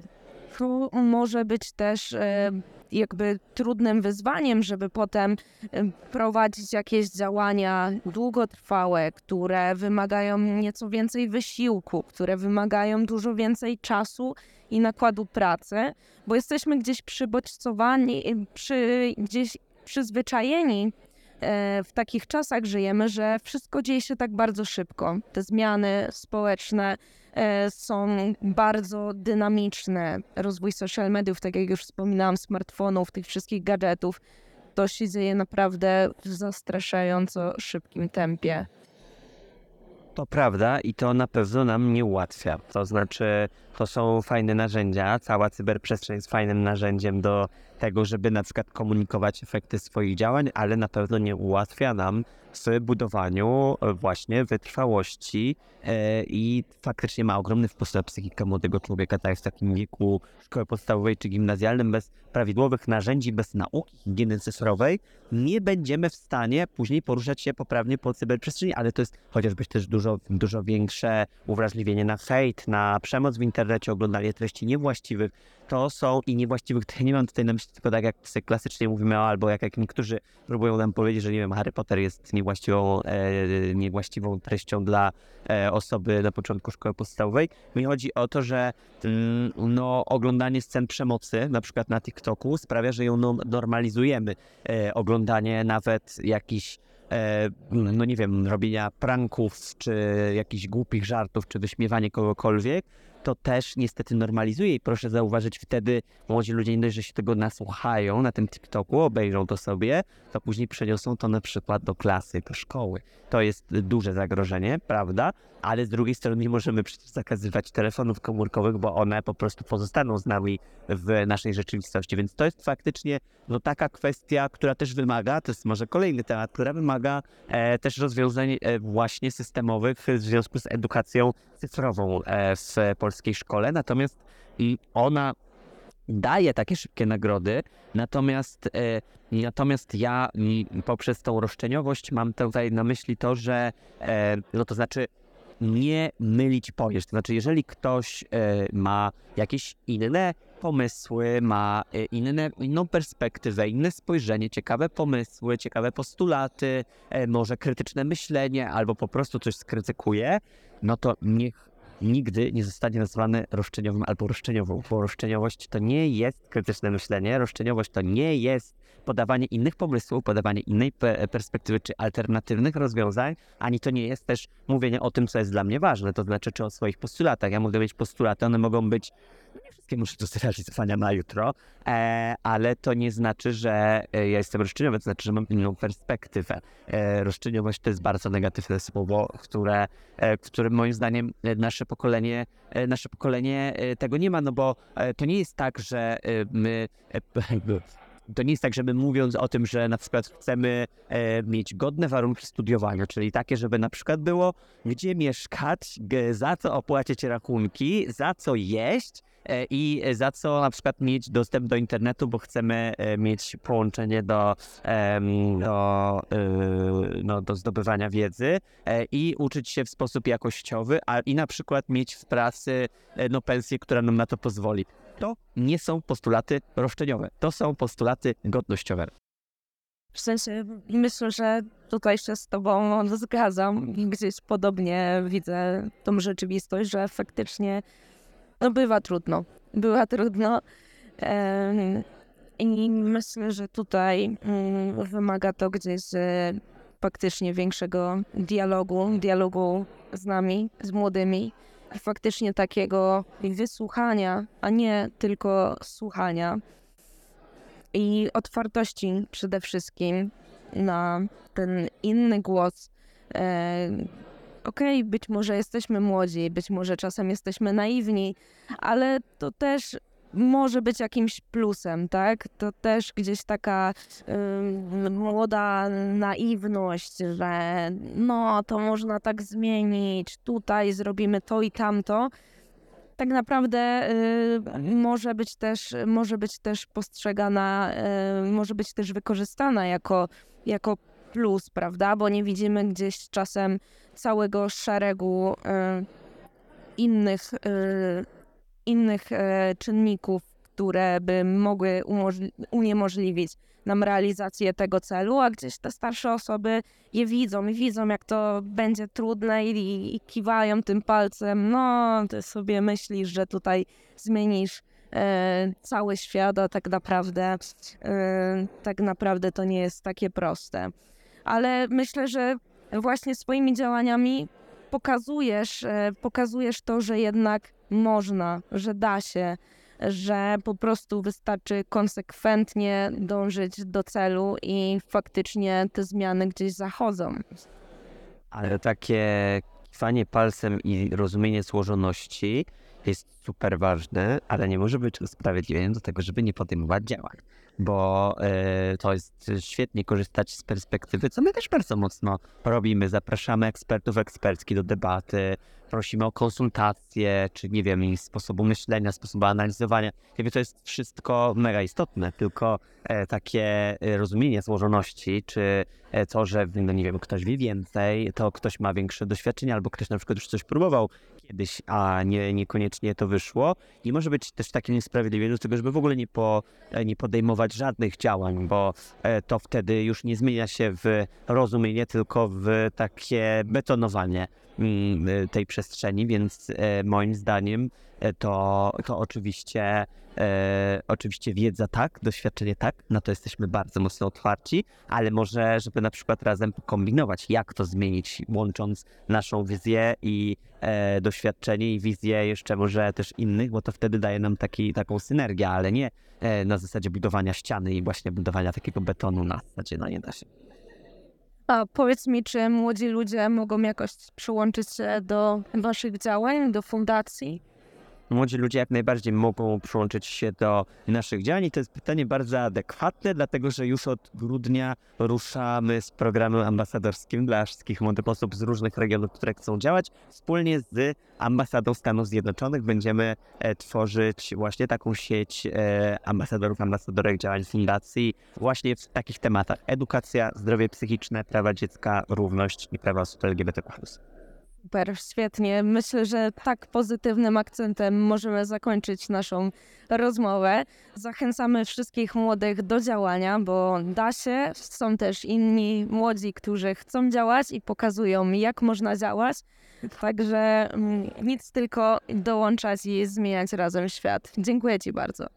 to może być też jakby trudnym wyzwaniem, żeby potem prowadzić jakieś działania długotrwałe, które wymagają nieco więcej wysiłku, które wymagają dużo więcej czasu i nakładu pracy, bo jesteśmy gdzieś przybodźcowani, przy, gdzieś przyzwyczajeni w takich czasach żyjemy, że wszystko dzieje się tak bardzo szybko. Te zmiany społeczne są bardzo dynamiczne. Rozwój social mediów, tak jak już wspominałam, smartfonów, tych wszystkich gadżetów, to się dzieje naprawdę w zastraszająco szybkim tempie. To prawda i to na pewno nam nie ułatwia. To znaczy, to są fajne narzędzia, cała cyberprzestrzeń jest fajnym narzędziem do tego, żeby na przykład komunikować efekty swoich działań, ale na pewno nie ułatwia nam w budowaniu właśnie wytrwałości e, i faktycznie ma ogromny wpływ na psychikę młodego człowieka, tak jak w takim wieku szkoły podstawowej czy gimnazjalnym, bez prawidłowych narzędzi, bez nauki higieny cyfrowej nie będziemy w stanie później poruszać się poprawnie po cyberprzestrzeni, ale to jest chociażby też dużo, dużo większe uwrażliwienie na hejt, na przemoc w internecie, oglądanie treści niewłaściwych. To są i niewłaściwych, to ja nie mam tutaj na myśli tylko tak jak klasycznie mówimy, albo jak, jak niektórzy próbują nam powiedzieć, że nie wiem, Harry Potter jest niewłaściwą, e, niewłaściwą treścią dla e, osoby na początku szkoły podstawowej. Mi chodzi o to, że mm, no, oglądanie scen przemocy, na przykład na TikToku, sprawia, że ją no, normalizujemy. E, oglądanie nawet jakichś E, no nie wiem, robienia pranków, czy jakichś głupich żartów, czy wyśmiewanie kogokolwiek, to też niestety normalizuje i proszę zauważyć, wtedy młodzi ludzie nie dość, że się tego nasłuchają na tym TikToku, obejrzą to sobie, to później przeniosą to na przykład do klasy, do szkoły. To jest duże zagrożenie, prawda? Ale z drugiej strony nie możemy przecież zakazywać telefonów komórkowych, bo one po prostu pozostaną z nami w naszej rzeczywistości, więc to jest faktycznie no, taka kwestia, która też wymaga, to jest może kolejny temat, która wymaga e, też rozwiązań e, właśnie systemowych w związku z edukacją cyfrową e, w polskiej szkole, natomiast i ona daje takie szybkie nagrody, natomiast, e, natomiast ja m, poprzez tą roszczeniowość mam tutaj na myśli to, że e, no to znaczy nie mylić pojęć. To znaczy, jeżeli ktoś e, ma jakieś inne pomysły, ma e, inne, inną perspektywę, inne spojrzenie, ciekawe pomysły, ciekawe postulaty, e, może krytyczne myślenie, albo po prostu coś skrytykuje, no to niech nigdy nie zostanie nazwany roszczeniowym albo roszczeniową, bo roszczeniowość to nie jest krytyczne myślenie, roszczeniowość to nie jest podawanie innych pomysłów, podawanie innej pe- perspektywy czy alternatywnych rozwiązań, ani to nie jest też mówienie o tym, co jest dla mnie ważne, to znaczy czy o swoich postulatach. Ja mogę mieć postulaty, one mogą być, nie wszystkie muszę do zrealizowania na jutro, e, ale to nie znaczy, że e, ja jestem roszczeniowy, to znaczy, że mam inną perspektywę. E, roszczeniowość to jest bardzo negatywne słowo, które, e, którym moim zdaniem nasze pokolenie, e, nasze pokolenie e, tego nie ma, no bo e, to nie jest tak, że e, my e, to nie jest tak, że my mówiąc o tym, że na przykład chcemy e, mieć godne warunki studiowania, czyli takie, żeby na przykład było gdzie mieszkać, g- za co opłacić rachunki, za co jeść e, i za co na przykład mieć dostęp do internetu, bo chcemy e, mieć połączenie do, em, do, e, no, do zdobywania wiedzy e, i uczyć się w sposób jakościowy, a i na przykład mieć w pracy e, no, pensję, która nam na to pozwoli. To nie są postulaty roszczeniowe, to są postulaty godnościowe. W sensie myślę, że tutaj się z tobą zgadzam i gdzieś podobnie widzę tą rzeczywistość, że faktycznie no bywa trudno. Bywa trudno em, i myślę, że tutaj mm, wymaga to gdzieś e, faktycznie większego dialogu, dialogu z nami, z młodymi. I faktycznie takiego wysłuchania, a nie tylko słuchania. I otwartości przede wszystkim na ten inny głos. E, Okej, okay, być może jesteśmy młodzi, być może czasem jesteśmy naiwni, ale to też może być jakimś plusem, tak? To też gdzieś taka y, młoda naiwność, że no to można tak zmienić, tutaj zrobimy to i tamto. Tak naprawdę y, może być też, może być też postrzegana, y, może być też wykorzystana jako, jako plus, prawda? Bo nie widzimy gdzieś czasem całego szeregu y, innych, y, innych y, czynników, które by mogły umożli- uniemożliwić nam realizację tego celu, a gdzieś te starsze osoby je widzą i widzą, jak to będzie trudne i, i kiwają tym palcem. No, ty sobie myślisz, że tutaj zmienisz e, cały świat, a tak naprawdę, e, tak naprawdę to nie jest takie proste. Ale myślę, że właśnie swoimi działaniami pokazujesz, e, pokazujesz to, że jednak można, że da się, że po prostu wystarczy konsekwentnie dążyć do celu i faktycznie te zmiany gdzieś zachodzą. Ale takie kiwanie palcem i rozumienie złożoności jest super ważne, ale nie może być usprawiedliwieniem do tego, żeby nie podejmować działań. Bo y, to jest świetnie korzystać z perspektywy, co my też bardzo mocno robimy. Zapraszamy ekspertów eksperckich do debaty, prosimy o konsultacje, czy nie wiem, sposobu myślenia, sposobu analizowania. Jakby to jest wszystko mega istotne, tylko e, takie e, rozumienie złożoności, czy e, to, że no nie wiem, ktoś wie więcej, to ktoś ma większe doświadczenie, albo ktoś na przykład już coś próbował kiedyś, a nie, niekoniecznie to wyszło. I może być też takie niesprawiedliwe do tego, żeby w ogóle nie, po, nie podejmować żadnych działań, bo e, to wtedy już nie zmienia się w rozumienie, tylko w takie betonowanie mm, tej przestrzeni, więc e, moim zdaniem e, to, to oczywiście, e, oczywiście wiedza tak, doświadczenie tak, na to jesteśmy bardzo mocno otwarci, ale może, żeby na przykład razem kombinować, jak to zmienić, łącząc naszą wizję i e, doświadczenie i wizję jeszcze może też innych, bo to wtedy daje nam taki, taką synergię, ale nie e, na zasadzie budowania ściany i właśnie budowania takiego betonu na zasadzie, no nie da się. A powiedz mi, czy młodzi ludzie mogą jakoś przyłączyć się do waszych działań, do fundacji? Młodzi ludzie jak najbardziej mogą przyłączyć się do naszych działań i to jest pytanie bardzo adekwatne, dlatego że już od grudnia ruszamy z programem ambasadorskim dla wszystkich młodych osób z różnych regionów, które chcą działać. Wspólnie z Ambasadą Stanów Zjednoczonych będziemy e, tworzyć właśnie taką sieć e, ambasadorów, ambasadorek działań fundacji właśnie w takich tematach: edukacja, zdrowie psychiczne, prawa dziecka, równość i prawa osób L G B T plus. Super, świetnie. Myślę, że tak pozytywnym akcentem możemy zakończyć naszą rozmowę. Zachęcamy wszystkich młodych do działania, bo da się. Są też inni młodzi, którzy chcą działać i pokazują, jak można działać. Także mm, nic, tylko dołączać i zmieniać razem świat. Dziękuję ci bardzo.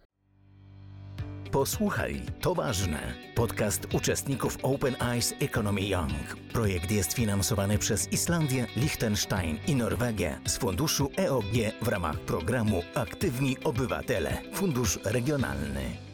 Posłuchaj, to ważne. Podcast uczestników Open Eyes Economy Young. Projekt jest finansowany przez Islandię, Liechtenstein i Norwegię z funduszu E O G w ramach programu Aktywni Obywatele, Fundusz Regionalny.